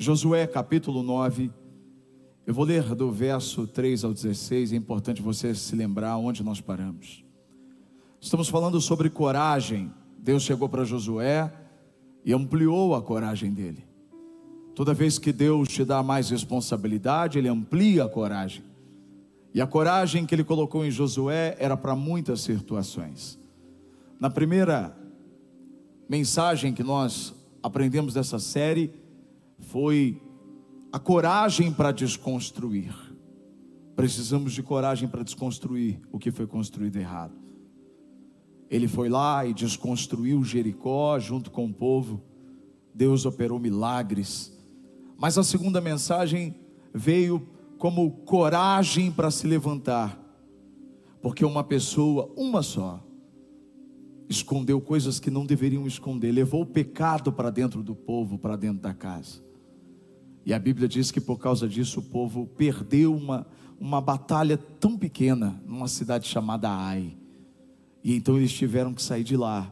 Josué capítulo 9, eu vou ler do verso 3 ao 16, é importante você se lembrar onde nós paramos. Estamos falando sobre coragem. Deus chegou para Josué e ampliou a coragem dele. Toda vez que Deus te dá mais responsabilidade, Ele amplia a coragem. E a coragem que Ele colocou em Josué era para muitas situações. Na primeira mensagem que nós aprendemos dessa série, foi a coragem para desconstruir. Precisamos de coragem para desconstruir o que foi construído errado. Ele foi lá e desconstruiu Jericó junto com o povo. Deus operou milagres. Mas a segunda mensagem veio como coragem para se levantar. Porque uma pessoa, uma só, escondeu coisas que não deveriam esconder. Levou o pecado para dentro do povo, para dentro da casa. E a Bíblia diz que por causa disso o povo perdeu uma batalha tão pequena, numa cidade chamada Ai. E então eles tiveram que sair de lá,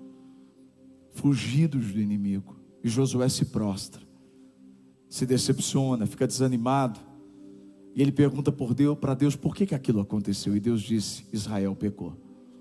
fugidos do inimigo. E Josué se prostra, se decepciona, fica desanimado. E ele pergunta para Deus por que aquilo aconteceu. E Deus disse: Israel pecou.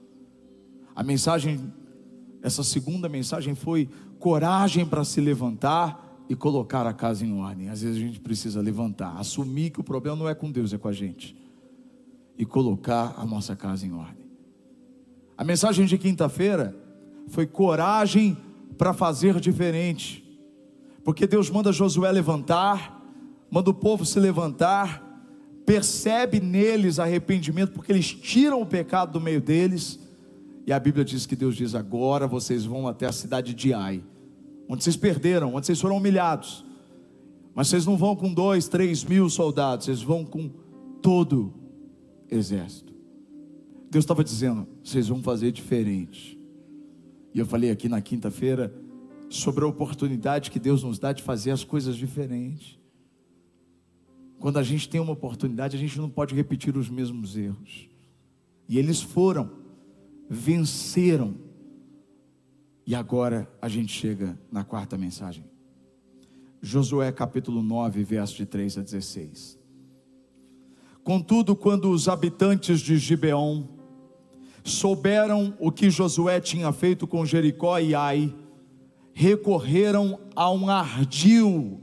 A mensagem, essa segunda mensagem foi coragem para se levantar e colocar a casa em ordem. Às vezes a gente precisa levantar, assumir que o problema não é com Deus, é com a gente, e colocar a nossa casa em ordem. A mensagem de quinta-feira foi coragem para fazer diferente, porque Deus manda Josué levantar, manda o povo se levantar, percebe neles arrependimento, porque eles tiram o pecado do meio deles. E a Bíblia diz que Deus diz: agora vocês vão até a cidade de Ai, onde vocês perderam, onde vocês foram humilhados. Mas vocês não vão com 2, 3 mil soldados, vocês vão com todo exército. Deus estava dizendo: vocês vão fazer diferente. E eu falei aqui na quinta-feira sobre a oportunidade que Deus nos dá de fazer as coisas diferentes. Quando a gente tem uma oportunidade, a gente não pode repetir os mesmos erros. E eles foram, venceram. E agora a gente chega na quarta mensagem. Josué capítulo 9, verso de 3 a 16. Contudo, quando os habitantes de Gibeon souberam o que Josué tinha feito com Jericó e Ai, recorreram a um ardil.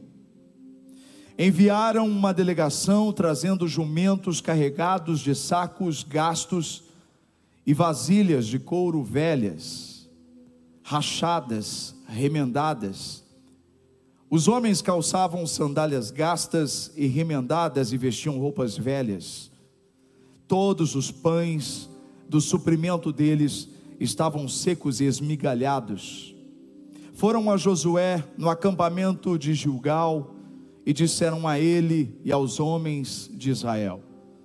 Enviaram uma delegação trazendo jumentos carregados de sacos gastos e vasilhas de couro velhas, rachadas, remendadas. Os homens calçavam sandálias gastas e remendadas e vestiam roupas velhas. Todos os pães do suprimento deles estavam secos e esmigalhados. Foram a Josué no acampamento de Gilgal e disseram a ele e aos homens de Israel: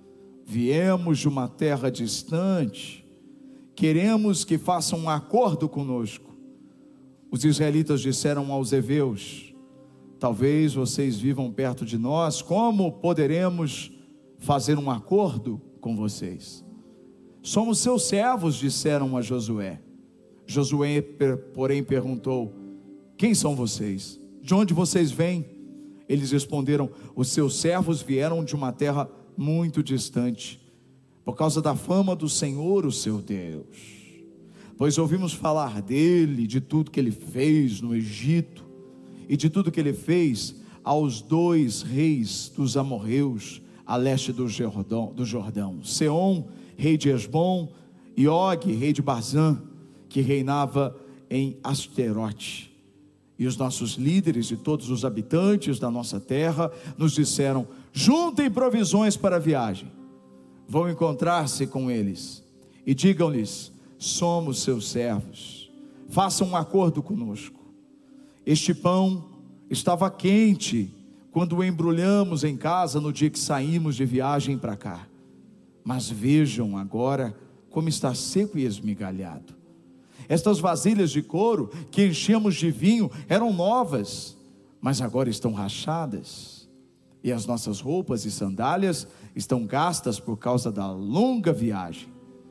viemos de uma terra distante, queremos que façam um acordo conosco. Os israelitas disseram aos heveus: talvez vocês vivam perto de nós, como poderemos fazer um acordo com vocês? Somos seus servos, disseram a Josué. Josué, porém, perguntou: quem são vocês? De onde vocês vêm? Eles responderam: os seus servos vieram de uma terra muito distante, por causa da fama do Senhor, o seu Deus. Pois ouvimos falar dele, de tudo que ele fez no Egito, e de tudo que ele fez aos 2 reis dos amorreus, a leste do Jordão, Seom, rei de Esbom, e Og, rei de Bazã, que reinava em Asterote. E os nossos líderes e todos os habitantes da nossa terra nos disseram: juntem provisões para a viagem. Vão encontrar-se com eles e digam-lhes: somos seus servos, façam um acordo conosco. Este pão estava quente quando o embrulhamos em casa no dia que saímos de viagem para cá, mas vejam agora como está seco e esmigalhado. Estas vasilhas de couro que enchemos de vinho eram novas, mas agora estão rachadas, e as nossas roupas e sandálias estão gastas por causa da longa viagem.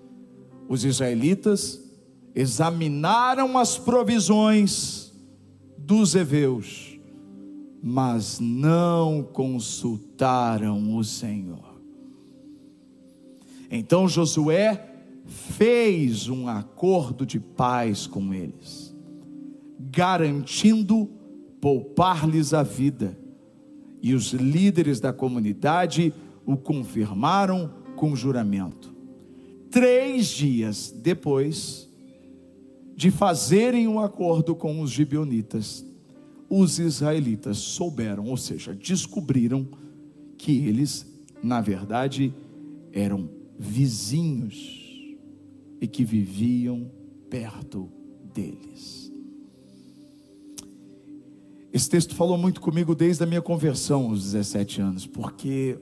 Os israelitas examinaram as provisões dos heveus, mas não consultaram o Senhor. Então Josué fez um acordo de paz com eles, garantindo poupar-lhes a vida, e os líderes da comunidade o confirmaram com juramento. 3 dias depois de fazerem um acordo com os gibeonitas, os israelitas souberam, ou seja, descobriram que eles, na verdade, eram vizinhos e que viviam perto deles. Esse texto falou muito comigo desde a minha conversão aos 17 anos, porque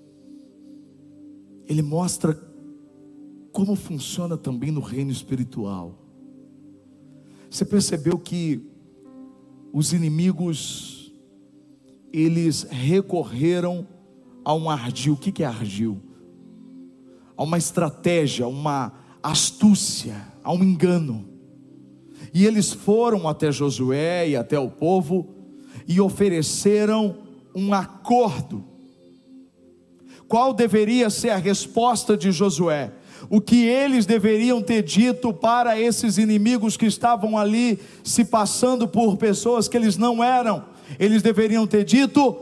ele mostra como funciona também no reino espiritual. Você percebeu que os inimigos, eles recorreram a um ardil. O que é ardil? A uma estratégia, uma astúcia, a um engano. E eles foram até Josué e até o povo e ofereceram um acordo. Qual deveria ser a resposta de Josué? O que eles deveriam ter dito para esses inimigos que estavam ali se passando por pessoas que eles não eram? Eles deveriam ter dito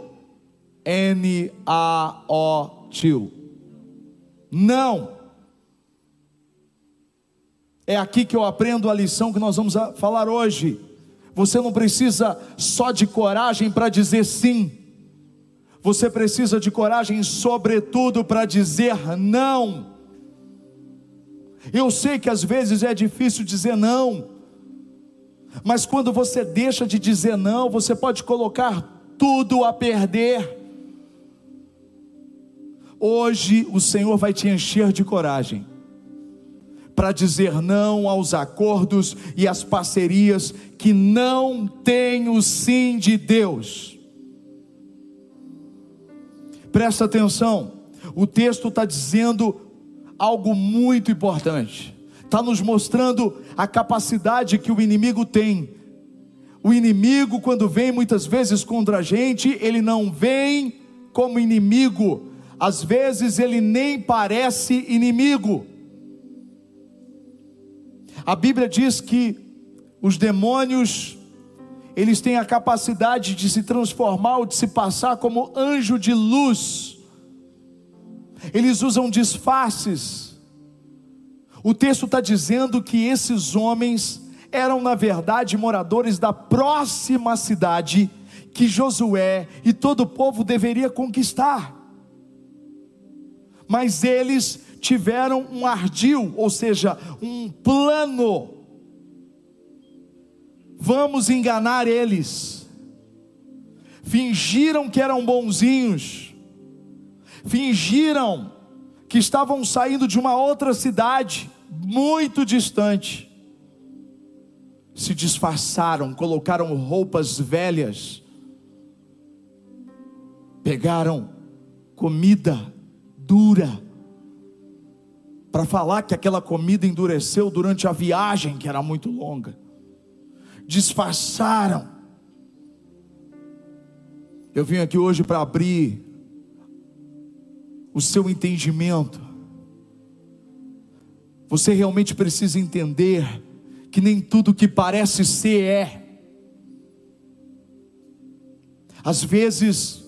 N-A-O-T. Não. É aqui que eu aprendo a lição que nós vamos falar hoje. Você não precisa só de coragem para dizer sim. Você precisa de coragem, sobretudo, para dizer não. Eu sei que às vezes é difícil dizer não, mas quando você deixa de dizer não, você pode colocar tudo a perder. Hoje o Senhor vai te encher de coragem para dizer não aos acordos e às parcerias que não têm o sim de Deus. Presta atenção, o texto está dizendo algo muito importante, está nos mostrando a capacidade que o inimigo tem. O inimigo, quando vem muitas vezes contra a gente, ele não vem como inimigo, às vezes ele nem parece inimigo. A Bíblia diz que os demônios, eles têm a capacidade de se transformar ou de se passar como anjo de luz. Eles usam disfarces. O texto está dizendo que esses homens eram na verdade moradores da próxima cidade que Josué e todo o povo deveria conquistar. Mas eles tiveram um ardil, ou seja, um plano. Vamos enganar eles. Fingiram que eram bonzinhos, fingiram que estavam saindo de uma outra cidade muito distante, se disfarçaram, colocaram roupas velhas, pegaram comida dura, para falar que aquela comida endureceu durante a viagem, que era muito longa. Disfarçaram. Eu vim aqui hoje para abrir o seu entendimento. Você realmente precisa entender que nem tudo que parece ser é. Às vezes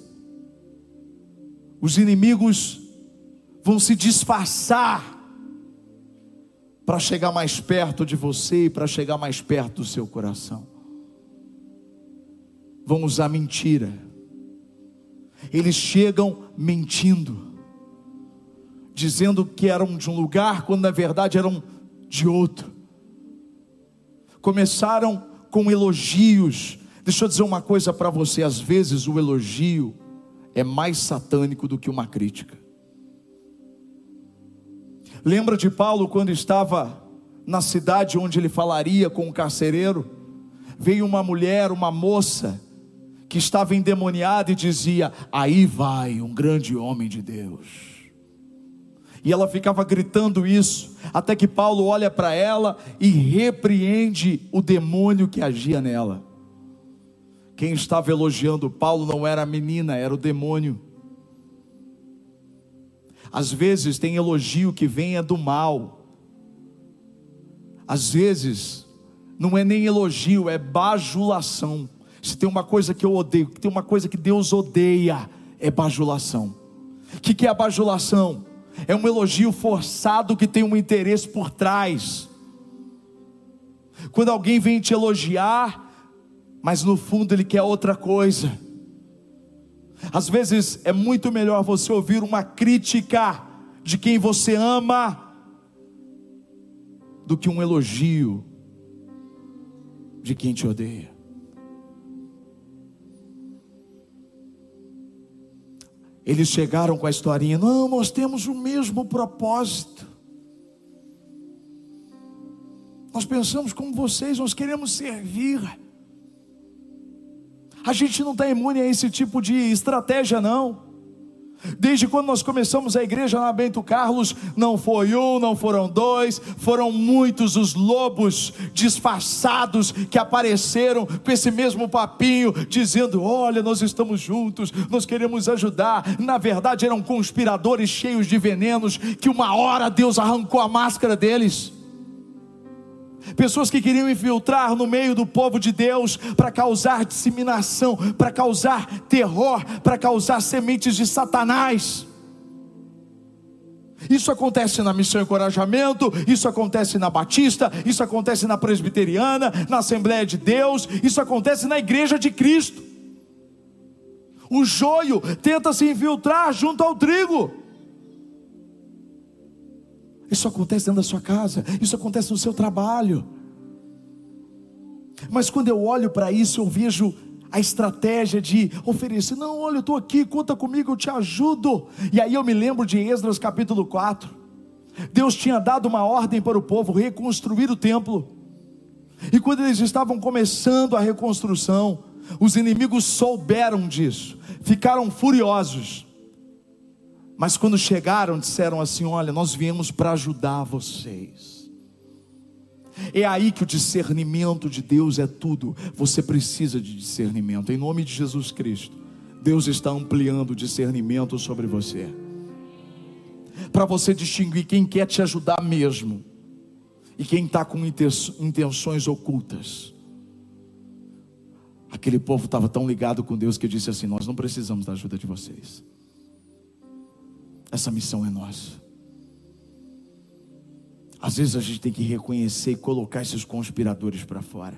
os inimigos vão se disfarçar para chegar mais perto de você e para chegar mais perto do seu coração. Vão usar mentira. Eles chegam mentindo, dizendo que eram de um lugar, quando na verdade eram de outro. Começaram com elogios. Deixa eu dizer uma coisa para você: às vezes o elogio é mais satânico do que uma crítica. Lembra de Paulo quando estava na cidade onde ele falaria com o carcereiro? Veio uma mulher, uma moça, que estava endemoniada e dizia: aí vai um grande homem de Deus. E ela ficava gritando isso, até que Paulo olha para ela e repreende o demônio que agia nela. Quem estava elogiando Paulo não era a menina, era o demônio. Às vezes tem elogio que vem do mal. Às vezes não é nem elogio, é bajulação. Se tem uma coisa que eu odeio, que tem uma coisa que Deus odeia, é bajulação. O que é a bajulação? É um elogio forçado que tem um interesse por trás. Quando alguém vem te elogiar, mas no fundo ele quer outra coisa. Às vezes é muito melhor você ouvir uma crítica de quem você ama do que um elogio de quem te odeia. Eles chegaram com a historinha: não, nós temos o mesmo propósito, nós pensamos como vocês, nós queremos servir. A gente não está imune a esse tipo de estratégia, não. Desde quando nós começamos a igreja na Bento Carlos, não foi um, não foram dois, foram muitos os lobos disfarçados que apareceram com esse mesmo papinho, dizendo: olha, nós estamos juntos, nós queremos ajudar. Na verdade eram conspiradores cheios de venenos, que uma hora Deus arrancou a máscara deles. Pessoas que queriam infiltrar no meio do povo de Deus para causar disseminação, para causar terror, para causar sementes de Satanás. Isso acontece na Missão Encorajamento, isso acontece na Batista, isso acontece na Presbiteriana, na Assembleia de Deus, isso acontece na Igreja de Cristo. O joio tenta se infiltrar junto ao trigo. Isso acontece dentro da sua casa, isso acontece no seu trabalho. Mas quando eu olho para isso, eu vejo a estratégia de oferecer: não, olha, eu estou aqui, conta comigo, eu te ajudo. E aí eu me lembro de Esdras capítulo 4. Deus tinha dado uma ordem para o povo reconstruir o templo. E quando eles estavam começando a reconstrução, os inimigos souberam disso, ficaram furiosos. Mas quando chegaram, disseram assim: olha, nós viemos para ajudar vocês. É aí que o discernimento de Deus é tudo. Você precisa de discernimento. Em nome de Jesus Cristo, Deus está ampliando o discernimento sobre você, para você distinguir quem quer te ajudar mesmo e quem está com intenções ocultas. Aquele povo estava tão ligado com Deus que disse assim: nós não precisamos da ajuda de vocês, essa missão é nossa. Às vezes a gente tem que reconhecer e colocar esses conspiradores para fora.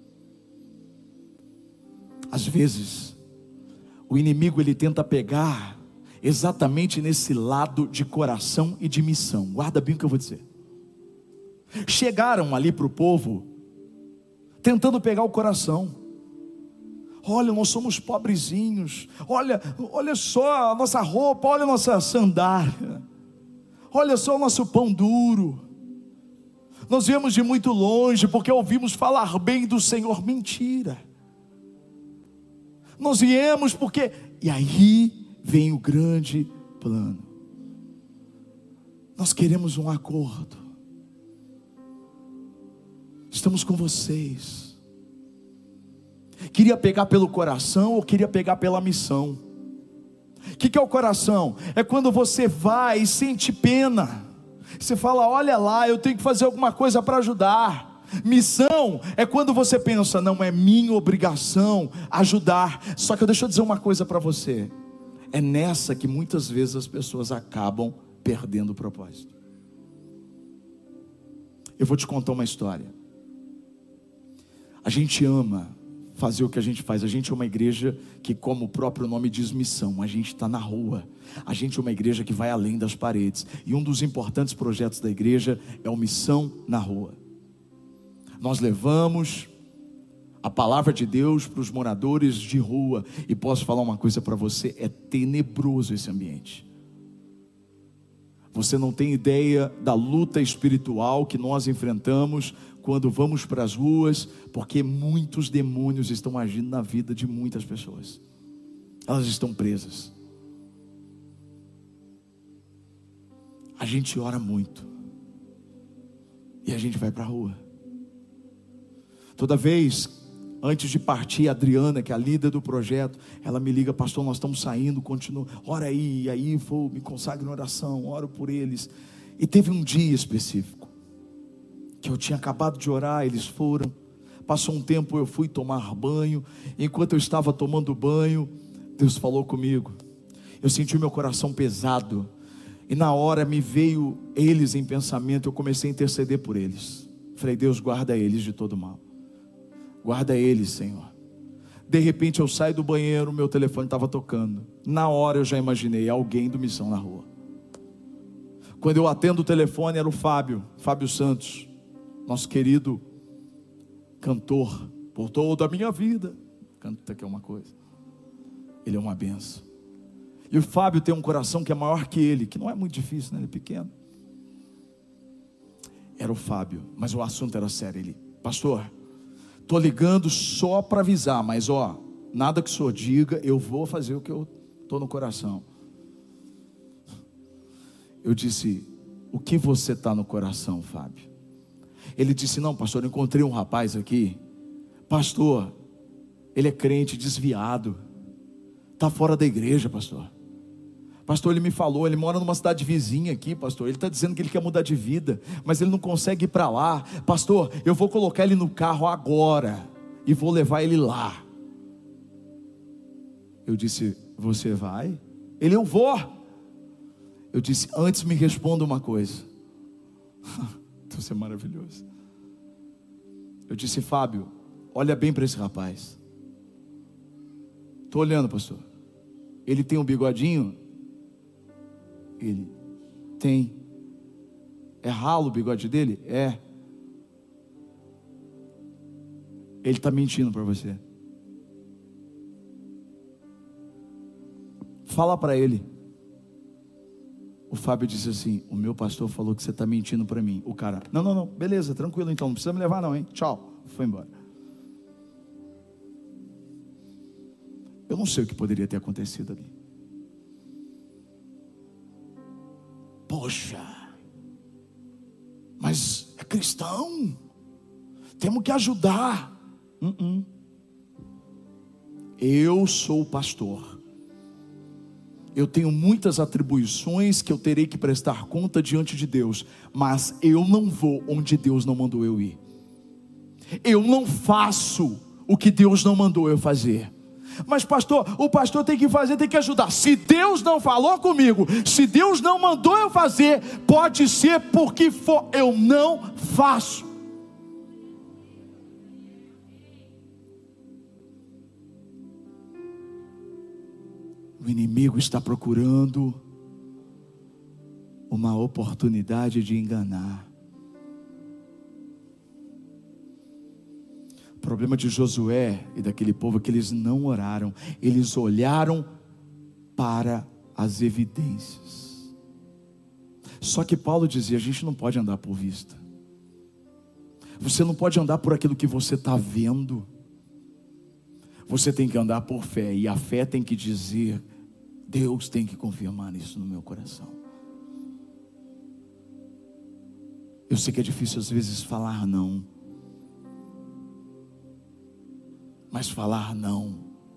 Às vezes o inimigo ele tenta pegar exatamente nesse lado de coração e de missão. Guarda bem o que eu vou dizer. Chegaram ali para o povo tentando pegar o coração. Olha, nós somos pobrezinhos, olha só a nossa roupa, olha a nossa sandália, olha só o nosso pão duro, nós viemos de muito longe porque ouvimos falar bem do Senhor. Mentira. Nós viemos porque... E aí vem o grande plano. Nós queremos um acordo, estamos com vocês. Queria pegar pelo coração ou queria pegar pela missão? O que é o coração? É quando você vai e sente pena. Você fala: olha lá, eu tenho que fazer alguma coisa para ajudar. Missão é quando você pensa: não é minha obrigação ajudar. Só que deixa eu dizer uma coisa para você. É nessa que muitas vezes as pessoas acabam perdendo o propósito. Eu vou te contar uma história. A gente ama fazer o que a gente faz. A gente é uma igreja que, como o próprio nome diz, missão. A gente está na rua. A gente é uma igreja que vai além das paredes. E um dos importantes projetos da igreja é o Missão na Rua. Nós levamos a palavra de Deus para os moradores de rua. E posso falar uma coisa para você: é tenebroso esse ambiente. Você não tem ideia da luta espiritual que nós enfrentamos quando vamos para as ruas, porque muitos demônios estão agindo na vida de muitas pessoas. Elas estão presas. A gente ora muito e a gente vai para a rua. Toda vez Antes de partir, a Adriana, que é a líder do projeto, ela me liga: pastor, nós estamos saindo, continua, ora aí. E aí vou, me consagro em oração, oro por eles. E teve um dia específico, que eu tinha acabado de orar, eles foram. Passou um tempo, eu fui tomar banho. Enquanto eu estava tomando banho, Deus falou comigo. Eu senti o meu coração pesado. E na hora me veio eles em pensamento. Eu comecei a interceder por eles. Falei: Deus, guarda eles de todo mal. Guarda eles, Senhor. De repente eu saio do banheiro, meu telefone estava tocando. Na hora eu já imaginei alguém do Missão na Rua. Quando eu atendo o telefone, era o Fábio Santos, nosso querido cantor, por toda a minha vida. Canta que é uma coisa. Ele é uma benção. E o Fábio tem um coração que é maior que ele, que não é muito difícil, né? Ele é pequeno. Era o Fábio, mas o assunto era sério. Ele: pastor, estou ligando só para avisar, mas nada que o senhor diga, eu vou fazer o que eu estou no coração. Eu disse: o que você está no coração, Fábio? Ele disse: não, pastor, eu encontrei um rapaz aqui, pastor, ele é crente desviado, está fora da igreja, pastor. Pastor, ele me falou, ele mora numa cidade vizinha aqui, pastor. Ele está dizendo que ele quer mudar de vida, mas ele não consegue ir para lá. Pastor, eu vou colocar ele no carro agora e vou levar ele lá. Eu disse: você vai? Ele: eu vou. Eu disse: antes me responda uma coisa. Você é maravilhoso. Eu disse: Fábio, olha bem para esse rapaz. Estou olhando, pastor. Ele tem um bigodinho? Ele tem. É ralo o bigode dele? É. Ele está mentindo para você. Fala para ele. O Fábio disse assim: o meu pastor falou que você está mentindo para mim. O cara: não, beleza, tranquilo então, não precisa me levar não, hein? Tchau. Foi embora. Eu não sei o que poderia ter acontecido ali. Poxa, mas é cristão, temos que ajudar. Eu sou o pastor. Eu tenho muitas atribuições que eu terei que prestar conta diante de Deus, mas eu não vou onde Deus não mandou eu ir. Eu não faço o que Deus não mandou eu fazer. Mas pastor, o pastor tem que fazer, tem que ajudar. Se Deus não falou comigo, se Deus não mandou eu fazer, pode ser porque for, eu não faço. O inimigo está procurando uma oportunidade de enganar. O problema de Josué e daquele povo é que eles não oraram. Eles olharam para as evidências. Só que Paulo dizia: a gente não pode andar por vista. Você não pode andar por aquilo que você está vendo. Você tem que andar por fé. E a fé tem que dizer: Deus tem que confirmar isso no meu coração. Eu sei que é difícil às vezes falar não. Mas falar não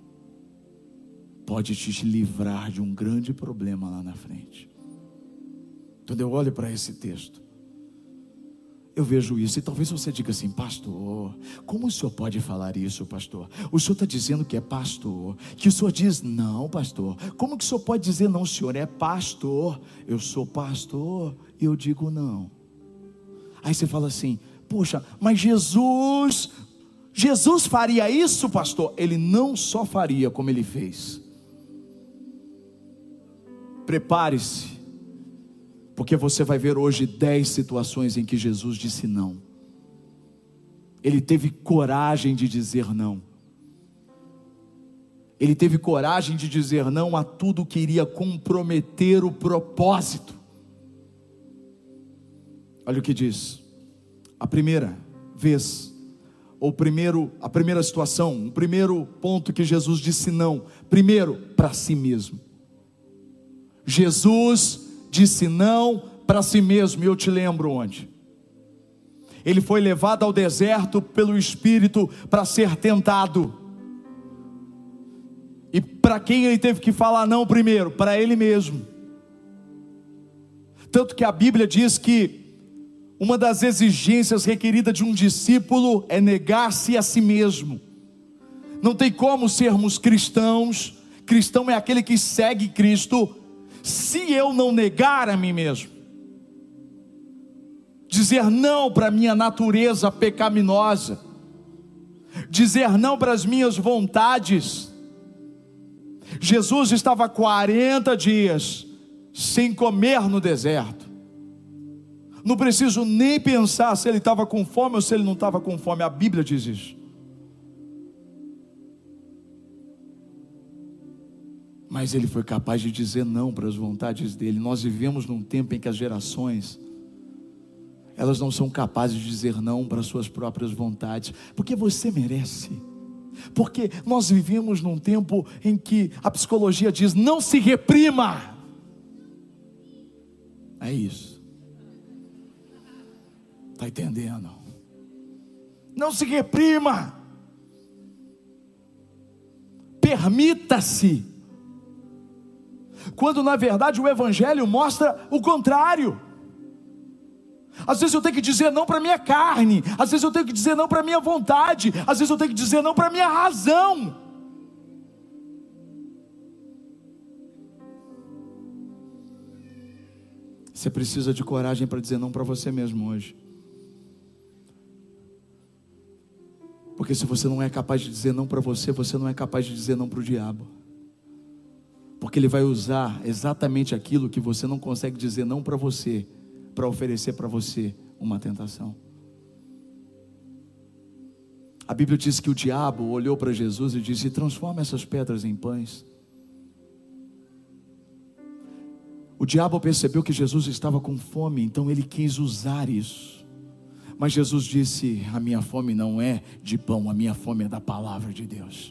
pode te livrar de um grande problema lá na frente. Quando eu olho para esse texto, eu vejo isso. E talvez você diga assim: pastor, como o senhor pode falar isso, pastor? O senhor está dizendo que é pastor, que o senhor diz não, pastor. Como que o senhor pode dizer não? O senhor é pastor. Eu sou pastor e eu digo não. Aí você fala assim: poxa, mas Jesus faria isso, pastor? Ele não só faria, como ele fez. Prepare-se, porque você vai ver hoje 10 situações em que Jesus disse não. Ele teve coragem de dizer não. Ele teve coragem de dizer não a tudo que iria comprometer o propósito. Olha o que diz. A primeira vez, a primeira situação, o primeiro ponto que Jesus disse não. Primeiro, para si mesmo. Jesus disse não para si mesmo. E eu te lembro onde? Ele foi levado ao deserto pelo Espírito para ser tentado. E para quem ele teve que falar não primeiro? Para ele mesmo. Tanto que a Bíblia diz que uma das exigências requeridas de um discípulo é negar-se a si mesmo. Não tem como sermos cristãos. Cristão é aquele que segue Cristo, se eu não negar a mim mesmo. Dizer não para a minha natureza pecaminosa. Dizer não para as minhas vontades. Jesus estava 40 dias sem comer no deserto. Não preciso nem pensar se ele estava com fome ou se ele não estava com fome. A Bíblia diz isso. Mas ele foi capaz de dizer não para as vontades dele. Nós vivemos num tempo em que as gerações, elas não são capazes de dizer não para as suas próprias vontades, porque você merece. Porque nós vivemos num tempo em que a psicologia diz: não se reprima. É isso. Está entendendo? Não se reprima. Permita-se. Quando na verdade o Evangelho mostra o contrário. Às vezes eu tenho que dizer não para a minha carne. Às vezes eu tenho que dizer não para a minha vontade. Às vezes eu tenho que dizer não para a minha razão. Você precisa de coragem para dizer não para você mesmo hoje. Porque se você não é capaz de dizer não para você, você não é capaz de dizer não para o diabo. Porque ele vai usar exatamente aquilo que você não consegue dizer não para você, para oferecer para você uma tentação. A Bíblia diz que o diabo olhou para Jesus e disse: transforma essas pedras em pães. O diabo percebeu que Jesus estava com fome, então ele quis usar isso. Mas Jesus disse: a minha fome não é de pão, a minha fome é da palavra de Deus.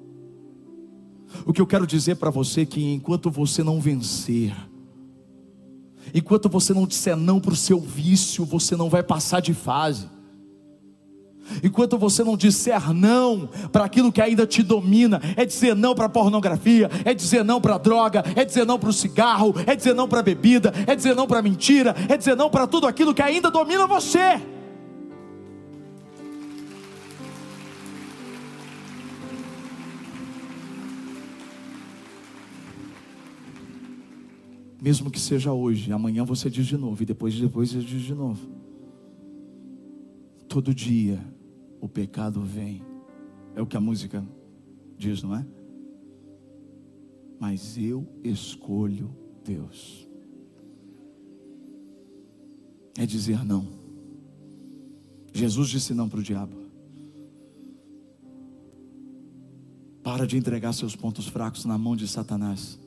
O que eu quero dizer para você é que enquanto você não vencer, enquanto você não disser não para o seu vício, você não vai passar de fase. Enquanto você não disser não para aquilo que ainda te domina, é dizer não para a pornografia, é dizer não para a droga, é dizer não para o cigarro, é dizer não para a bebida, é dizer não para a mentira, é dizer não para tudo aquilo que ainda domina você. Mesmo que seja hoje, amanhã você diz de novo, e depois você diz de novo. Todo dia o pecado vem. É o que a música diz, não é? Mas eu escolho Deus. É dizer não. Jesus disse não para o diabo. Para de entregar seus pontos fracos na mão de Satanás.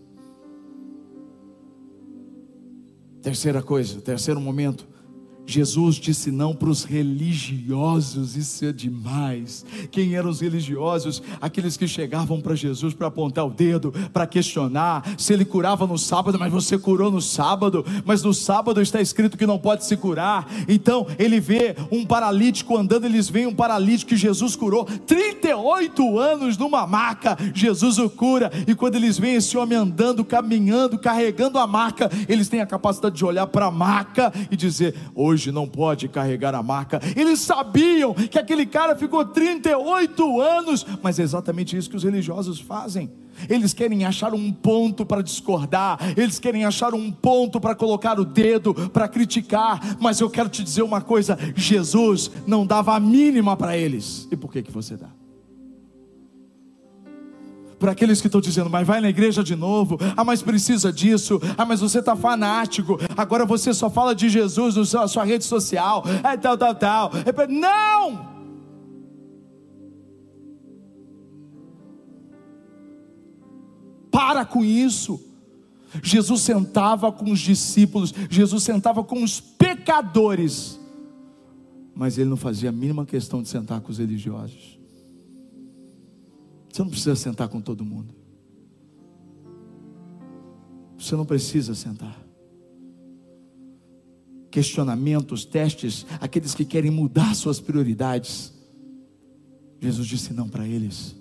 Terceira coisa, terceiro momento, Jesus disse não para os religiosos. Isso é demais. Quem eram os religiosos? Aqueles que chegavam para Jesus para apontar o dedo, para questionar se ele curava no sábado. Mas você curou no sábado, mas no sábado está escrito que não pode se curar. Então ele vê um paralítico andando, eles veem um paralítico que Jesus curou, 38 anos numa maca, Jesus o cura. E quando eles veem esse homem andando, caminhando, carregando a maca, eles têm a capacidade de olhar para a maca e dizer: hoje não pode carregar a maca. Eles sabiam que aquele cara ficou 38 anos, mas é exatamente isso que os religiosos fazem. Eles querem achar um ponto para discordar, eles querem achar um ponto para colocar o dedo, para criticar. Mas eu quero te dizer uma coisa: Jesus não dava a mínima para eles. E por que você dá? Para aqueles que estão dizendo: mas vai na igreja de novo, mas precisa disso, mas você está fanático, agora você só fala de Jesus na sua rede social, tal. Não! Para com isso. Jesus sentava com os discípulos, Jesus sentava com os pecadores, mas ele não fazia a mínima questão de sentar com os religiosos. Você não precisa sentar com todo mundo. Você não precisa sentar. questionamentos, testes, aqueles que querem mudar suas prioridades. Jesus disse não para eles.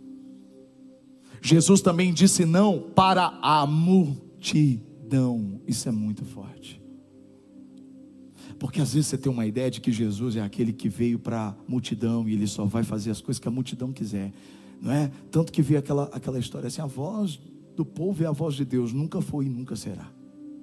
Jesus também disse não para a multidão. Isso é muito forte. Porque às vezes você tem uma ideia de que Jesus é aquele que veio para a multidão e ele só vai fazer as coisas que a multidão quiser, não é? Tanto que veio aquela história assim: a voz do povo é a voz de Deus, nunca foi e nunca será.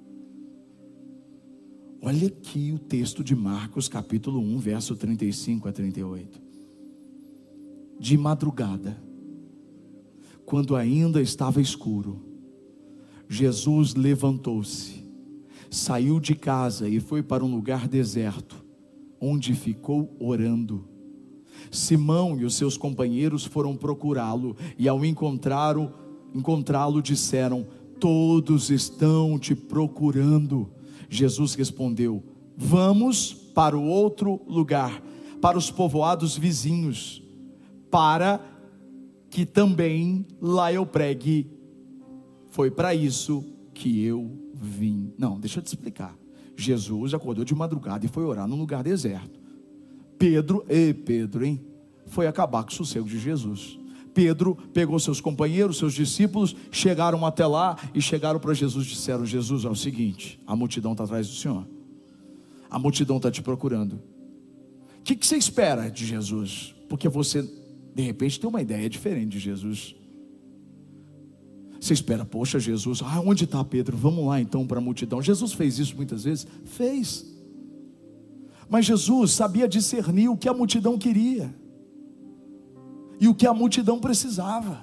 Olha aqui o texto de Marcos capítulo 1, verso 35 a 38. De madrugada, quando ainda estava escuro, Jesus levantou-se, saiu de casa e foi para um lugar deserto, onde ficou orando. Simão e os seus companheiros foram procurá-lo, e ao encontrá-lo disseram: todos estão te procurando. Jesus respondeu: vamos para o outro lugar, para os povoados vizinhos, para que também lá eu pregue. Foi para isso que eu vim. Não, deixa eu te explicar. Jesus acordou de madrugada e foi orar num lugar deserto. Pedro, foi acabar com o sossego de Jesus. Pedro pegou seus companheiros, seus discípulos, chegaram até lá e chegaram para Jesus e disseram: Jesus, é o seguinte, a multidão está atrás do Senhor, a multidão está te procurando. O que você espera de Jesus? Porque você de repente tem uma ideia diferente de Jesus. Você espera: poxa, Jesus, onde está Pedro? Vamos lá então para a multidão. Jesus fez isso muitas vezes? Fez. Mas Jesus sabia discernir o que a multidão queria e o que a multidão precisava.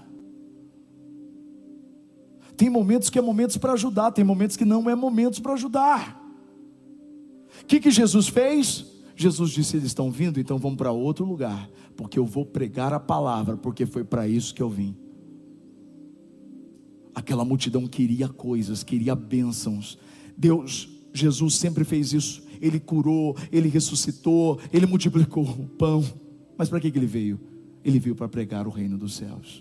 Tem momentos que é momentos para ajudar, tem momentos que não é momentos para ajudar. O que Jesus fez? Jesus disse: eles estão vindo, então vamos para outro lugar, porque eu vou pregar a palavra, porque foi para isso que eu vim. Aquela multidão queria coisas, queria bênçãos. Jesus sempre fez isso. Ele curou, ele ressuscitou, ele multiplicou o pão. Mas para que ele veio? Ele veio para pregar o reino dos céus.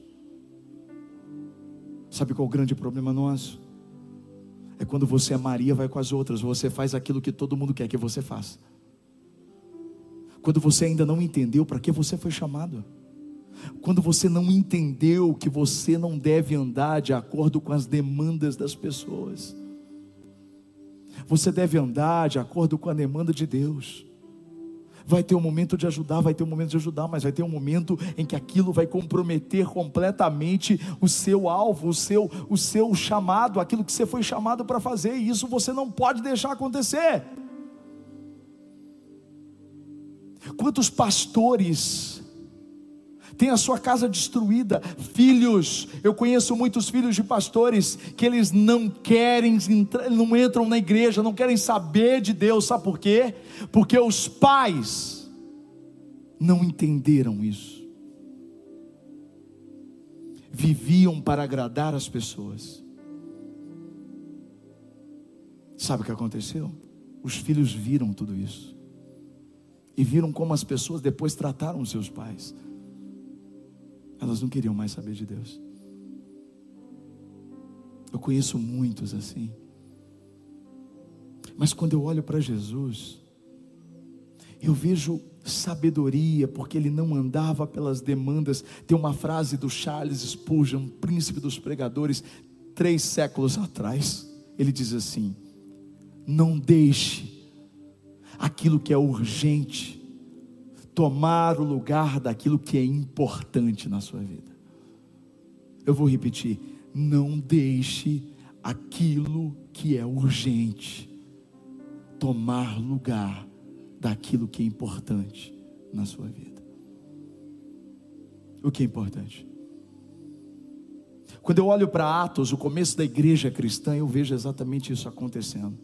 Sabe qual é o grande problema nosso? É quando você é Maria, vai com as outras, você faz aquilo que todo mundo quer que você faça. Quando você ainda não entendeu para que você foi chamado. Quando você não entendeu que você não deve andar de acordo com as demandas das pessoas. Você deve andar de acordo com a demanda de Deus. Vai ter um momento de ajudar, mas vai ter um momento em que aquilo vai comprometer completamente o seu alvo, o seu chamado, aquilo que você foi chamado para fazer, e isso você não pode deixar acontecer. Quantos pastores têm a sua casa destruída? Filhos, eu conheço muitos filhos de pastores que eles não querem, não entram na igreja, não querem saber de Deus. Sabe por quê? Porque os pais não entenderam isso. Viviam para agradar as pessoas. Sabe o que aconteceu? Os filhos viram tudo isso e viram como as pessoas depois trataram os seus pais. Elas não queriam mais saber de Deus. Eu conheço muitos assim. Mas quando eu olho para Jesus, eu vejo sabedoria, porque ele não andava pelas demandas. Tem uma frase do Charles Spurgeon, príncipe dos pregadores, 3 séculos atrás. Ele diz assim: não deixe aquilo que é urgente tomar o lugar daquilo que é importante na sua vida. Eu vou repetir: não deixe aquilo que é urgente tomar lugar daquilo que é importante na sua vida. O que é importante? Quando eu olho para Atos, o começo da igreja cristã, eu vejo exatamente isso acontecendo.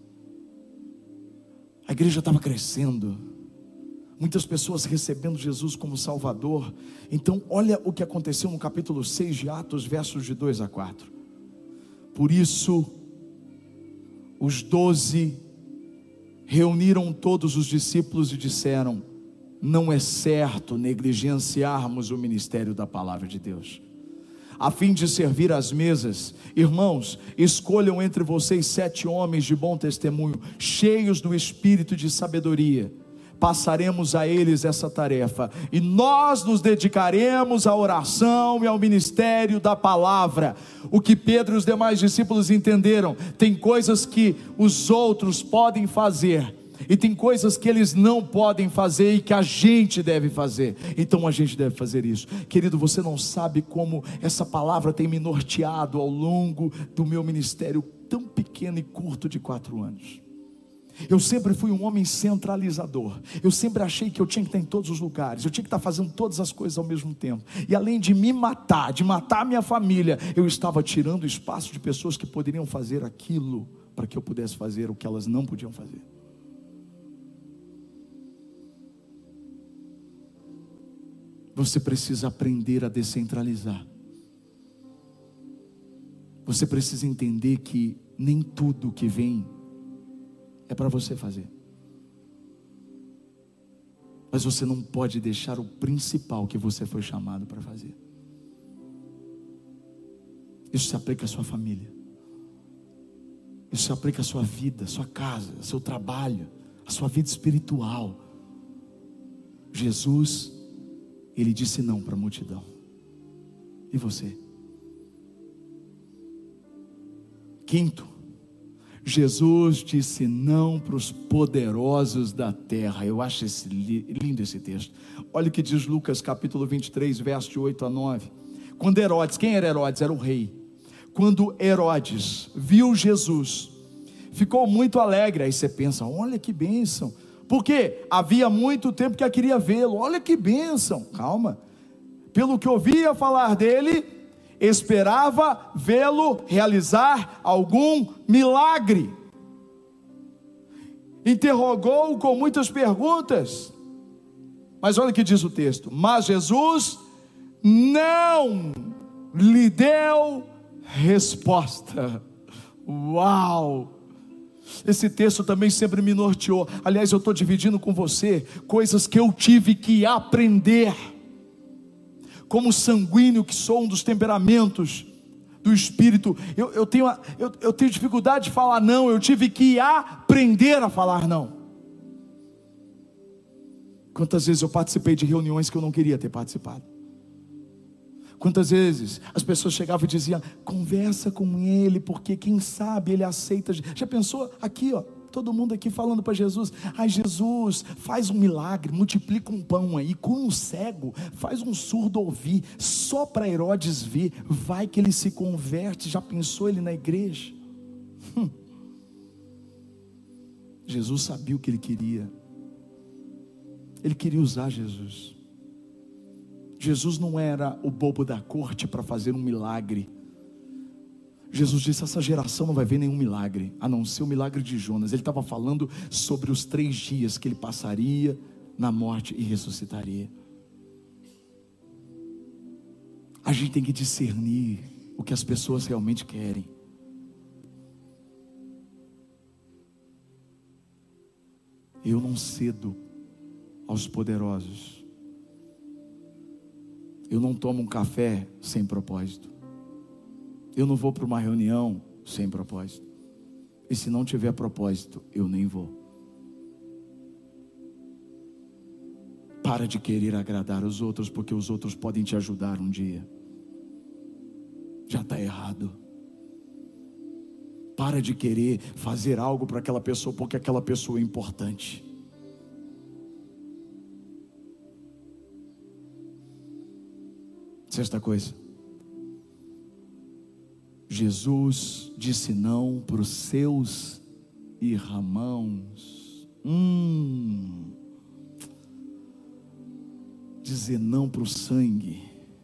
A igreja estava crescendo, muitas pessoas recebendo Jesus como Salvador. Então olha o que aconteceu no capítulo 6 de Atos, versos de 2 a 4. Por isso os 12 reuniram todos os discípulos e disseram: não é certo negligenciarmos o ministério da palavra de Deus. a fim de servir às mesas. Irmãos, escolham entre vocês 7 homens de bom testemunho, cheios do espírito de sabedoria. Passaremos a eles essa tarefa, e nós nos dedicaremos à oração e ao ministério da palavra. O que Pedro e os demais discípulos entenderam: tem coisas que os outros podem fazer, e tem coisas que eles não podem fazer e que a gente deve fazer. Então a gente deve fazer isso. Querido, você não sabe como essa palavra tem me norteado ao longo do meu ministério tão pequeno e curto de 4 anos. Eu sempre fui um homem centralizador. Eu sempre achei que eu tinha que estar em todos os lugares, eu tinha que estar fazendo todas as coisas ao mesmo tempo. E além de me matar, de matar a minha família, eu estava tirando o espaço de pessoas que poderiam fazer aquilo, para que eu pudesse fazer o que elas não podiam fazer. Você precisa aprender a descentralizar. Você precisa entender que nem tudo que vem é para você fazer. Mas você não pode deixar o principal que você foi chamado para fazer. Isso se aplica à sua família. Isso se aplica à sua vida, à sua casa, ao seu trabalho, à sua vida espiritual. Jesus, Ele disse não para a multidão. E você? Quinto, Jesus disse não para os poderosos da terra. Eu acho lindo esse texto. Olha o que diz Lucas capítulo 23, verso de 8 a 9. Quando Herodes, quem era Herodes? Era o rei. Quando Herodes viu Jesus, ficou muito alegre. Aí você pensa, olha que bênção, porque havia muito tempo que eu queria vê-lo. Olha que bênção. Calma, pelo que ouvia falar dele, esperava vê-lo realizar algum milagre. Interrogou-o com muitas perguntas. Mas olha o que diz o texto: mas Jesus não lhe deu resposta. Uau! Esse texto também sempre me norteou. Aliás, eu estou dividindo com você coisas que eu tive que aprender. Como sanguíneo que sou, um dos temperamentos do Espírito, eu tenho dificuldade de falar não. Eu tive que aprender a falar não. Quantas vezes eu participei de reuniões que eu não queria ter participado? Quantas vezes as pessoas chegavam e diziam, conversa com ele, porque quem sabe ele aceita. Já pensou aqui, ó, todo mundo aqui falando para Jesus, ai Jesus, faz um milagre, multiplica um pão aí, com um cego, faz um surdo ouvir, só para Herodes ver, vai que ele se converte. Já pensou ele na igreja? Jesus sabia o que ele queria usar Jesus. Jesus não era o bobo da corte para fazer um milagre. Jesus disse, essa geração não vai ver nenhum milagre, a não ser o milagre de Jonas. Ele estava falando sobre os 3 dias que ele passaria na morte e ressuscitaria. A gente tem que discernir o que as pessoas realmente querem. Eu não cedo aos poderosos. Eu não tomo um café sem propósito. Eu não vou para uma reunião sem propósito. E se não tiver propósito, eu nem vou. Para de querer agradar os outros, porque os outros podem te ajudar um dia. Já está errado. Para de querer fazer algo para aquela pessoa, porque aquela pessoa é importante. Sexta coisa, Jesus disse não para os seus irmãos. Dizer não para o sangue,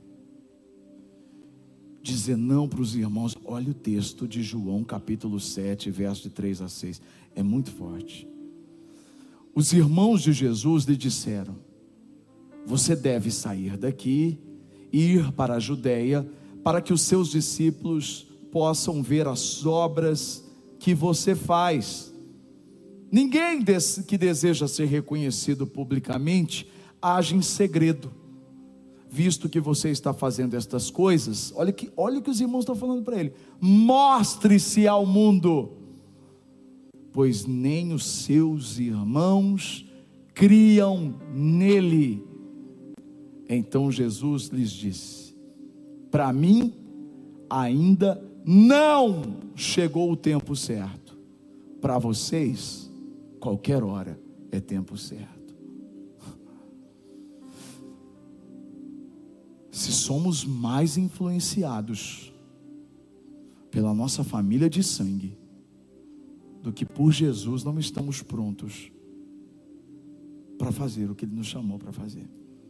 dizer não para os irmãos. Olha o texto de João capítulo 7, verso de 3 a 6, é muito forte. Os irmãos de Jesus lhe disseram, você deve sair daqui, ir para a Judeia, para que os seus discípulos possam ver as obras que você faz. Ninguém que deseja ser reconhecido publicamente age em segredo. visto que você está fazendo estas coisas, olha o que os irmãos estão falando para ele: mostre-se ao mundo, pois nem os seus irmãos criam nele. Então Jesus lhes disse: para mim ainda não chegou o tempo certo, para vocês qualquer hora é tempo certo. Se somos mais influenciados pela nossa família de sangue do que por Jesus, não estamos prontos para fazer o que Ele nos chamou para fazer.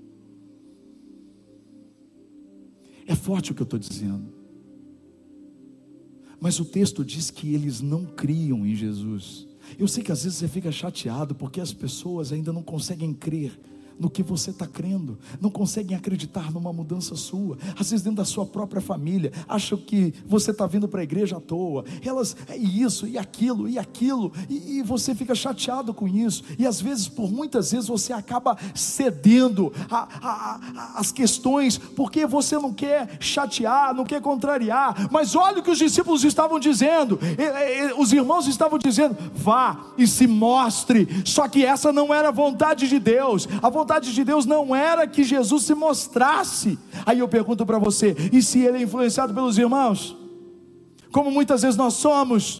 É forte o que eu estou dizendo, mas o texto diz que eles não criam em Jesus. Eu sei que às vezes você fica chateado porque as pessoas ainda não conseguem crer no que você está crendo, não conseguem acreditar numa mudança sua. Às vezes dentro da sua própria família, acham que você está vindo para a igreja à toa, elas, é isso, e aquilo, e você fica chateado com isso, e às vezes, por muitas vezes, você acaba cedendo às questões, porque você não quer chatear, não quer contrariar. Mas olha o que os discípulos estavam dizendo, os irmãos estavam dizendo: vá e se mostre. Só que essa não era a vontade de Deus. A vontade de Deus não era que Jesus se mostrasse. Aí eu pergunto para você: e se ele é influenciado pelos irmãos, como muitas vezes nós somos,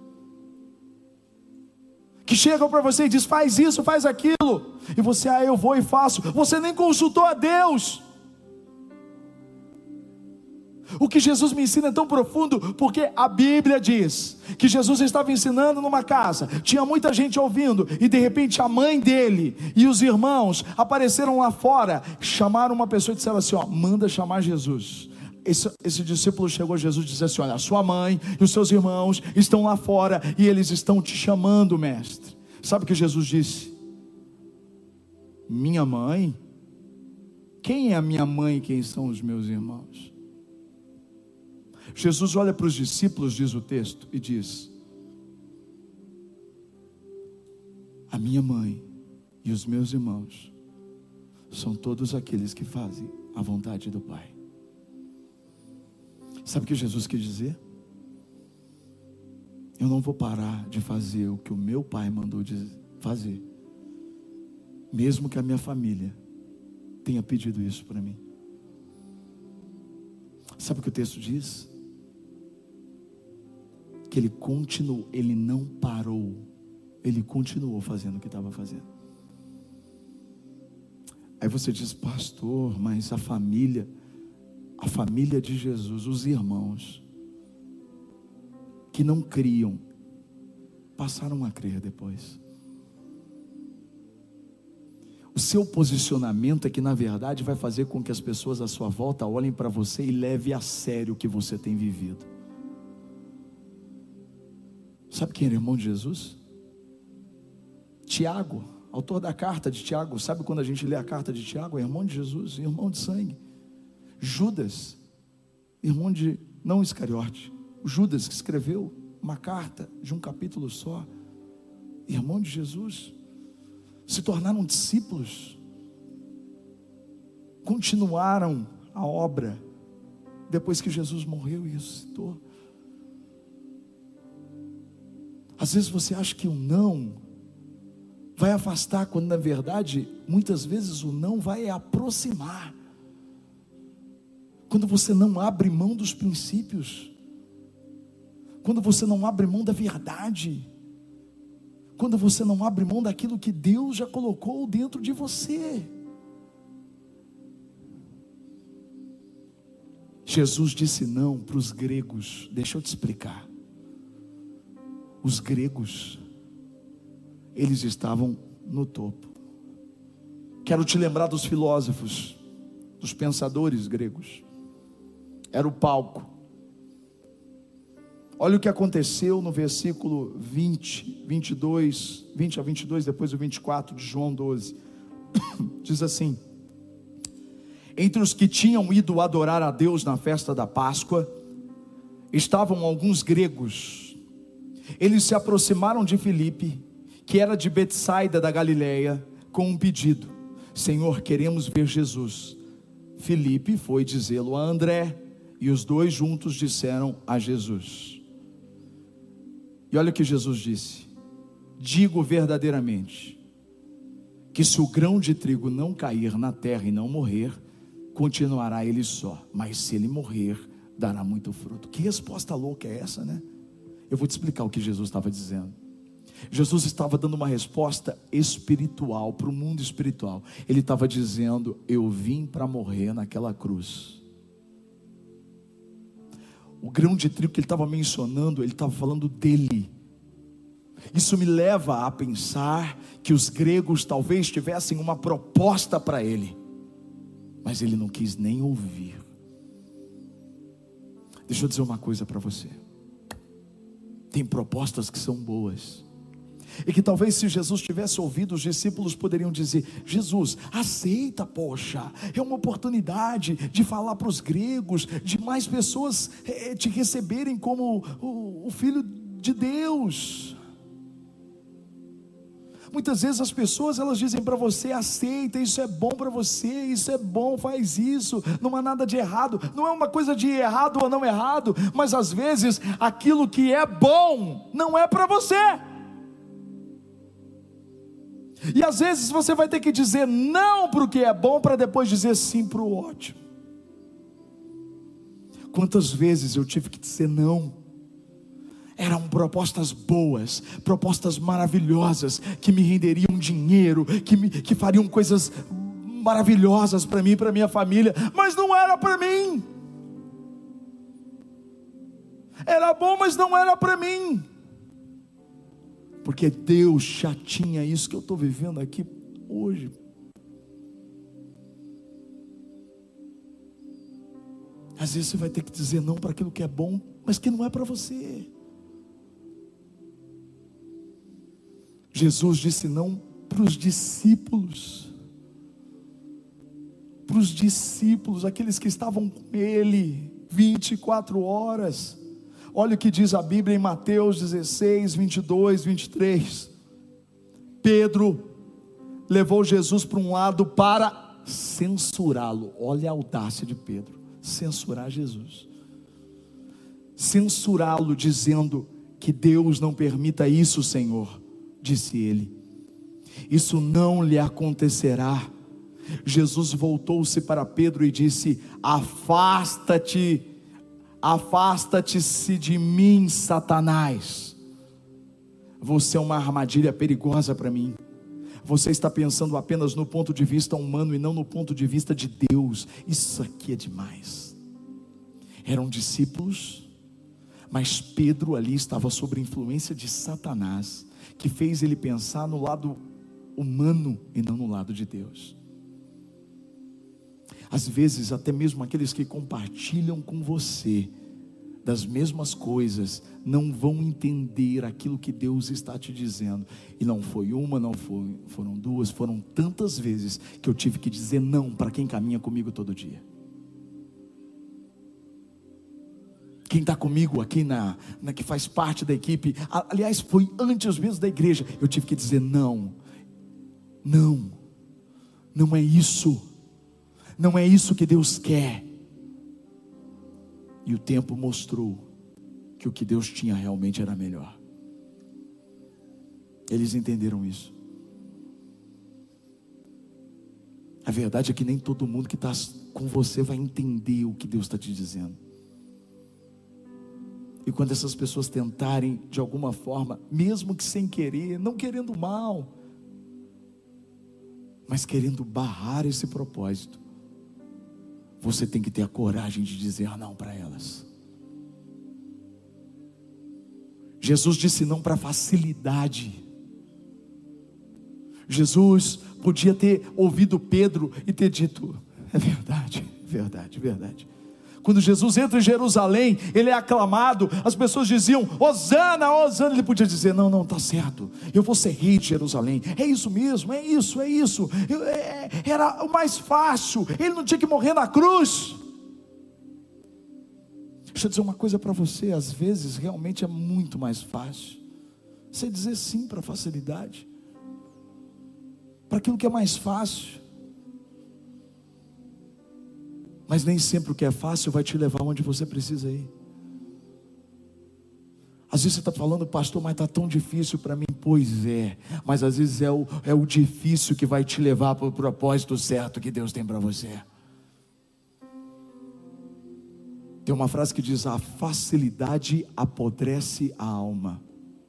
que chegam para você e diz: faz isso, faz aquilo, e você: eu vou e faço. Você nem consultou a Deus. O que Jesus me ensina é tão profundo, porque a Bíblia diz que Jesus estava ensinando numa casa, tinha muita gente ouvindo, e de repente a mãe dele e os irmãos apareceram lá fora, chamaram uma pessoa e disseram assim: manda chamar Jesus. Esse discípulo chegou a Jesus e disse assim: olha, a sua mãe e os seus irmãos estão lá fora e eles estão te chamando, mestre. Sabe o que Jesus disse? Minha mãe? Quem é a minha mãe e quem são os meus irmãos? Jesus olha para os discípulos, diz o texto, e diz: a minha mãe e os meus irmãos são todos aqueles que fazem a vontade do Pai. Sabe o que Jesus quis dizer? Eu não vou parar de fazer o que o meu Pai mandou fazer, mesmo que a minha família tenha pedido isso para mim. Sabe o que o texto diz? Que ele não parou, ele continuou fazendo o que estava fazendo. Aí você diz: pastor, mas a família de Jesus, os irmãos que não criam, passaram a crer depois. O seu posicionamento é que na verdade vai fazer com que as pessoas à sua volta olhem para você e levem a sério o que você tem vivido. Sabe quem era irmão de Jesus? Tiago, autor da carta de Tiago. Sabe quando a gente lê a carta de Tiago? É irmão de Jesus, irmão de sangue. Judas, irmão de, não Iscariote, Judas, que escreveu uma carta de um capítulo só, irmão de Jesus. Se tornaram discípulos, continuaram a obra depois que Jesus morreu e ressuscitou. Às vezes você acha que o não vai afastar, quando na verdade, muitas vezes o não vai aproximar. Quando você não abre mão dos princípios, quando você não abre mão da verdade, quando você não abre mão daquilo que Deus já colocou dentro de você. Jesus disse não para os gregos. Deixa eu te explicar. Os gregos, eles estavam no topo. Quero te lembrar dos filósofos, dos pensadores gregos. Era o palco. Olha o que aconteceu no versículo 20 a 22, depois o 24 de João 12. Diz assim: entre os que tinham ido adorar a Deus na festa da Páscoa, estavam alguns gregos. Eles se aproximaram de Filipe, que era de Betsaida da Galileia, com um pedido: Senhor, queremos ver Jesus. Filipe foi dizê-lo a André, e os dois juntos disseram a Jesus. E olha o que Jesus disse: digo verdadeiramente, que se o grão de trigo não cair na terra e não morrer, continuará ele só, mas se ele morrer, dará muito fruto. Que resposta louca é essa, né? Eu vou te explicar o que Jesus estava dizendo. Jesus estava dando uma resposta espiritual, para o mundo espiritual. Ele estava dizendo: eu vim para morrer naquela cruz. O grão de trigo que ele estava mencionando, ele estava falando dele. Isso me leva a pensar que os gregos talvez tivessem uma proposta para ele, mas ele não quis nem ouvir. Deixa eu dizer uma coisa para você: tem propostas que são boas, e que talvez se Jesus tivesse ouvido, os discípulos poderiam dizer: Jesus, aceita, poxa, é uma oportunidade de falar para os gregos, de mais pessoas te receberem como o Filho de Deus. Muitas vezes as pessoas, elas dizem para você: aceita, isso é bom para você, isso é bom, faz isso, não há nada de errado. Não é uma coisa de errado ou não errado, mas às vezes aquilo que é bom não é para você. E às vezes você vai ter que dizer não para o que é bom, para depois dizer sim para o ótimo. Quantas vezes eu tive que dizer não? Eram propostas boas, propostas maravilhosas, que me renderiam dinheiro, que fariam coisas maravilhosas para mim e para minha família, mas não era para mim. Era bom, mas não era para mim. Porque Deus já tinha isso que eu estou vivendo aqui hoje. Às vezes você vai ter que dizer não para aquilo que é bom, mas que não é para você. Jesus disse não para os discípulos. Para os discípulos, aqueles que estavam com Ele 24 horas. Olha o que diz a Bíblia em Mateus 16, 22, 23. Pedro levou Jesus para um lado para censurá-lo. Olha a audácia de Pedro, censurar Jesus. Censurá-lo, dizendo: que Deus não permita isso, Senhor. Disse ele: isso não lhe acontecerá. Jesus voltou-se para Pedro e disse: afasta-te de mim, Satanás. Você é uma armadilha perigosa para mim. Você está pensando apenas no ponto de vista humano e não no ponto de vista de Deus. Isso aqui é demais. Eram discípulos, mas Pedro ali estava sob influência de Satanás, que fez ele pensar no lado humano e não no lado de Deus. Às vezes até mesmo aqueles que compartilham com você das mesmas coisas não vão entender aquilo que Deus está te dizendo. E não foi uma, foram duas, foram tantas vezes que eu tive que dizer não para quem caminha comigo todo dia. Quem está comigo aqui que faz parte da equipe, aliás, foi antes mesmo da igreja, eu tive que dizer não é isso, não é isso que Deus quer. E o tempo mostrou que o que Deus tinha realmente era melhor. Eles entenderam isso. A verdade é que nem todo mundo que está com você vai entender o que Deus está te dizendo. E quando essas pessoas tentarem de alguma forma, mesmo que sem querer, não querendo mal, mas querendo barrar esse propósito, você tem que ter a coragem de dizer não para elas. Jesus disse não para facilidade. Jesus podia ter ouvido Pedro e ter dito: é verdade, verdade, verdade. Quando Jesus entra em Jerusalém, ele é aclamado, as pessoas diziam: Hosana, Hosana. Ele podia dizer: não, está certo, eu vou ser rei de Jerusalém, é isso mesmo, é isso, era o mais fácil, ele não tinha que morrer na cruz. Deixa eu dizer uma coisa para você: às vezes realmente é muito mais fácil você dizer sim para facilidade, para aquilo que é mais fácil. Mas nem sempre o que é fácil vai te levar onde você precisa ir. Às vezes você está falando, pastor, mas está tão difícil para mim. Pois é, mas às vezes é o difícil que vai te levar para o propósito certo que Deus tem para você. Tem uma frase que diz: a facilidade apodrece a alma.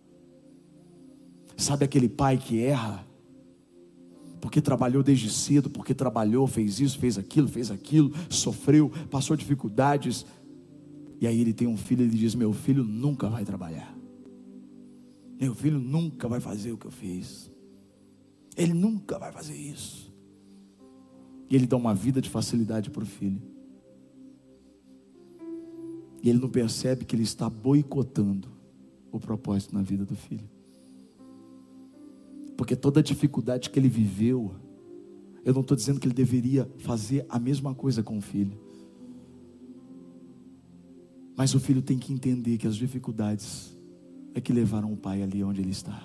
Sabe aquele pai que erra? Porque trabalhou desde cedo, porque trabalhou, fez isso, fez aquilo, sofreu, passou dificuldades. E aí ele tem um filho e ele diz: meu filho nunca vai trabalhar. Meu filho nunca vai fazer o que eu fiz. Ele nunca vai fazer isso. E ele dá uma vida de facilidade para o filho. E ele não percebe que ele está boicotando o propósito na vida do filho. Porque toda a dificuldade que ele viveu, eu não estou dizendo que ele deveria fazer a mesma coisa com o filho. Mas o filho tem que entender que as dificuldades é que levaram o pai ali onde ele está.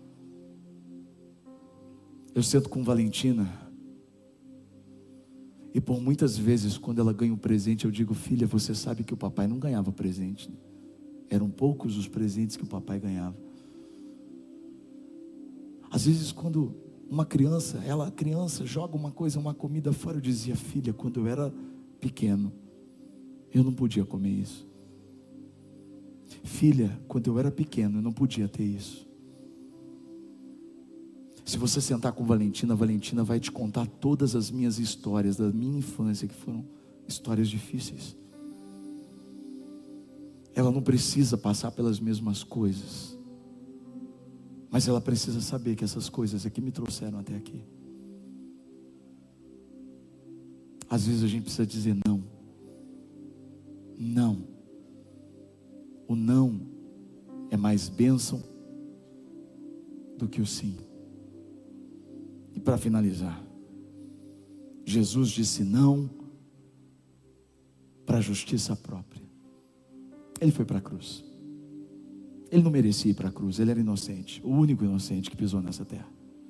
Eu sento com Valentina, e por muitas vezes quando ela ganha um presente, eu digo: filha, você sabe que o papai não ganhava presente, né? Eram poucos os presentes que o papai ganhava. Às vezes quando uma criança, joga uma coisa, uma comida fora, eu dizia: filha, quando eu era pequeno, eu não podia comer isso. Filha, quando eu era pequeno, eu não podia ter isso. Se você sentar com Valentina, Valentina vai te contar todas as minhas histórias da minha infância, que foram histórias difíceis. Ela não precisa passar pelas mesmas coisas, mas ela precisa saber que essas coisas é que me trouxeram até aqui. Às vezes a gente precisa dizer não. Não. O não é mais bênção do que o sim. E para finalizar, Jesus disse não para a justiça própria. Ele foi para a cruz. Ele não merecia ir para a cruz, ele era inocente, o único inocente que pisou nessa terra.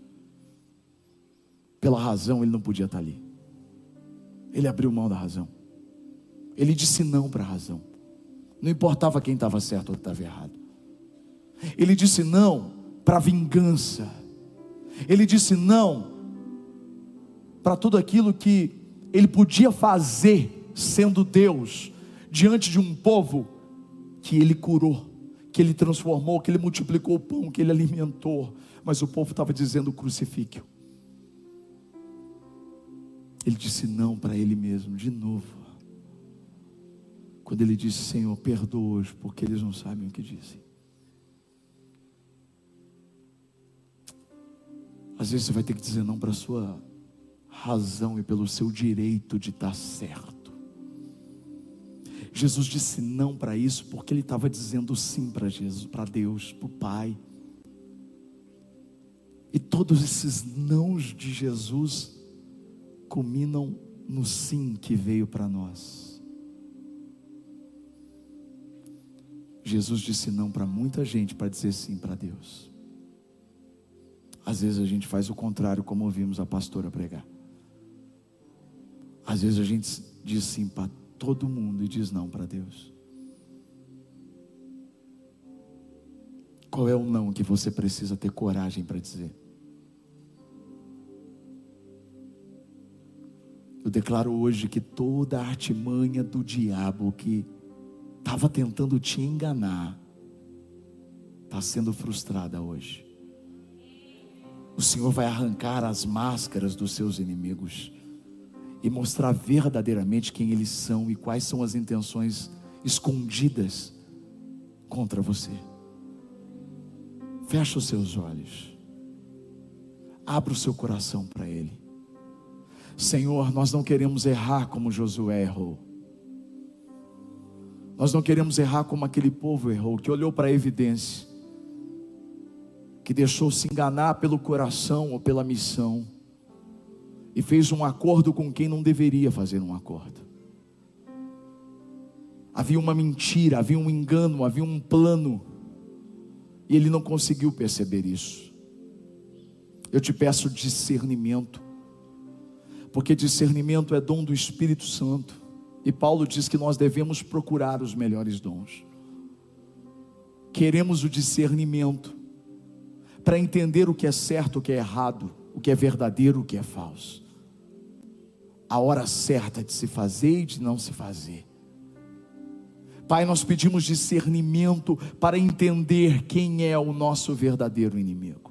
Pela razão ele não podia estar ali. Ele abriu mão da razão. Ele disse não para a razão. Não importava quem estava certo ou estava errado. Ele disse não para a vingança. Ele disse não para tudo aquilo que ele podia fazer sendo Deus diante de um povo que ele curou, que ele transformou, que ele multiplicou o pão, que ele alimentou. Mas o povo estava dizendo: crucifique-o. Ele disse não para ele mesmo de novo, quando ele disse: Senhor, perdoa-os, porque eles não sabem o que dizem. Às vezes você vai ter que dizer não para a sua razão e pelo seu direito de estar certo. Jesus disse não para isso porque ele estava dizendo sim para Jesus, para Deus, para o Pai. E todos esses nãos de Jesus culminam no sim que veio para nós. Jesus disse não para muita gente para dizer sim para Deus. Às vezes a gente faz o contrário, como ouvimos a pastora pregar. Às vezes a gente diz sim para todo mundo e diz não para Deus. Qual é o não que você precisa ter coragem para dizer? Eu declaro hoje que toda a artimanha do diabo que estava tentando te enganar está sendo frustrada hoje. O Senhor vai arrancar as máscaras dos seus inimigos e mostrar verdadeiramente quem eles são e quais são as intenções escondidas contra você. Fecha os seus olhos, abra o seu coração para Ele. Senhor, nós não queremos errar como Josué errou. Nós não queremos errar como aquele povo errou, que olhou para a evidência, que deixou se enganar pelo coração ou pela missão, e fez um acordo com quem não deveria fazer um acordo. Havia uma mentira, havia um engano, havia um plano, e ele não conseguiu perceber isso. Eu te peço discernimento, porque discernimento é dom do Espírito Santo. E Paulo diz que nós devemos procurar os melhores dons. Queremos o discernimento para entender o que é certo, o que é errado, o que é verdadeiro, o que é falso. A hora certa de se fazer e de não se fazer. Pai, nós pedimos discernimento para entender quem é o nosso verdadeiro inimigo.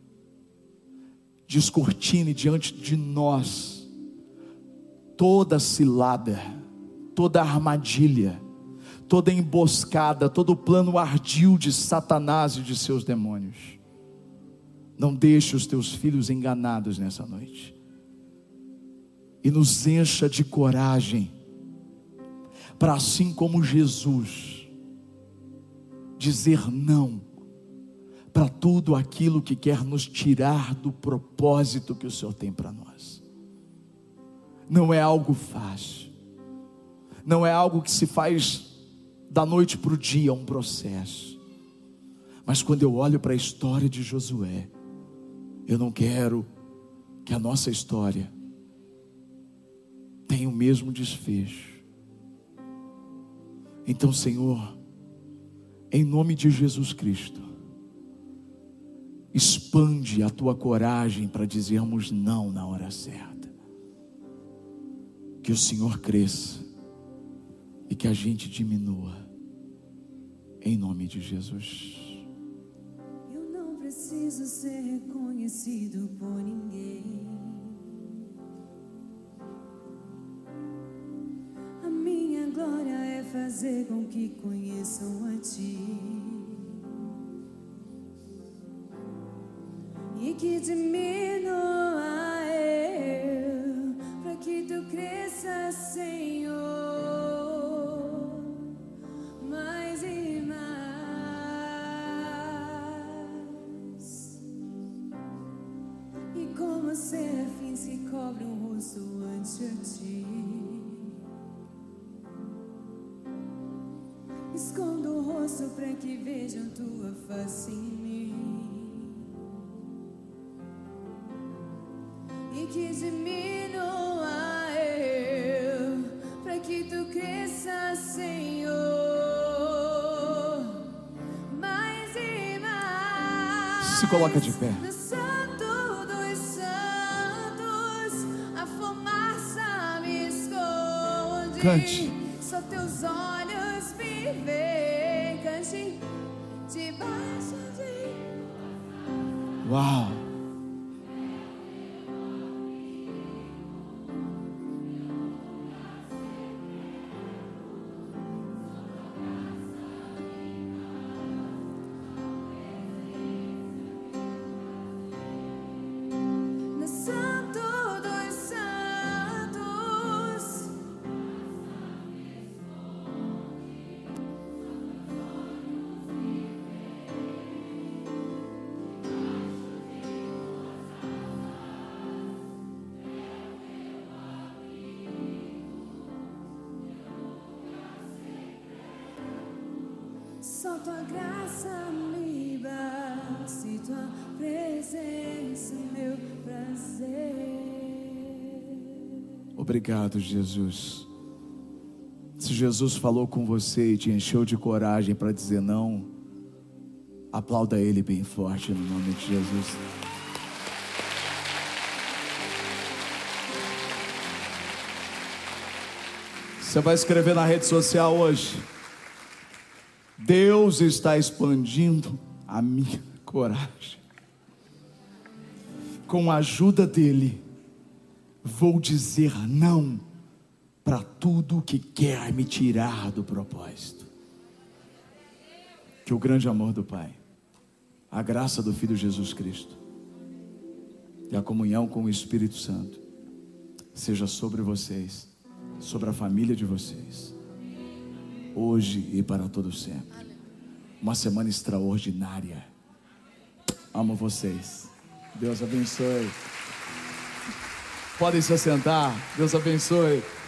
Descortine diante de nós toda cilada, toda armadilha, toda emboscada, todo plano ardil de Satanás e de seus demônios. Não deixe os teus filhos enganados nessa noite. E nos encha de coragem, para assim como Jesus, dizer não para tudo aquilo que quer nos tirar do propósito que o Senhor tem para nós. Não é algo fácil, não é algo que se faz da noite para o dia, um processo. Mas quando eu olho para a história de Josué, eu não quero que a nossa história tenha o mesmo desfecho. Então, Senhor, em nome de Jesus Cristo, expande a tua coragem para dizermos não na hora certa. Que o Senhor cresça e que a gente diminua, em nome de Jesus. Eu não preciso ser reconhecido por ninguém. A minha glória é fazer com que conheçam a Ti, e que diminua eu, para que Tu cresças, Senhor, mais e mais. E como serafins que cobrem o rosto ante a Ti, esconda o rosto para que vejam Tua face em mim, e que diminua eu, para que Tu cresças, Senhor, mais e mais. Se coloca de pé. No Santo dos Santos, a fumaça me esconde. Cante. Só Teus olhos me veem. Cante debaixo de... Uau! No Santo dos Santos, só Tua graça me basta, e Tua presença meu prazer. Obrigado, Jesus. Se Jesus falou com você e te encheu de coragem para dizer não, aplauda Ele bem forte no nome de Jesus. Você vai escrever na rede social hoje: Deus está expandindo a minha coragem. Com a ajuda dEle, vou dizer não para tudo que quer me tirar do propósito. Que o grande amor do Pai, a graça do Filho Jesus Cristo e a comunhão com o Espírito Santo seja sobre vocês, sobre a família de vocês, hoje e para todo sempre. Uma semana extraordinária. Amo vocês. Deus abençoe. Podem se assentar. Deus abençoe.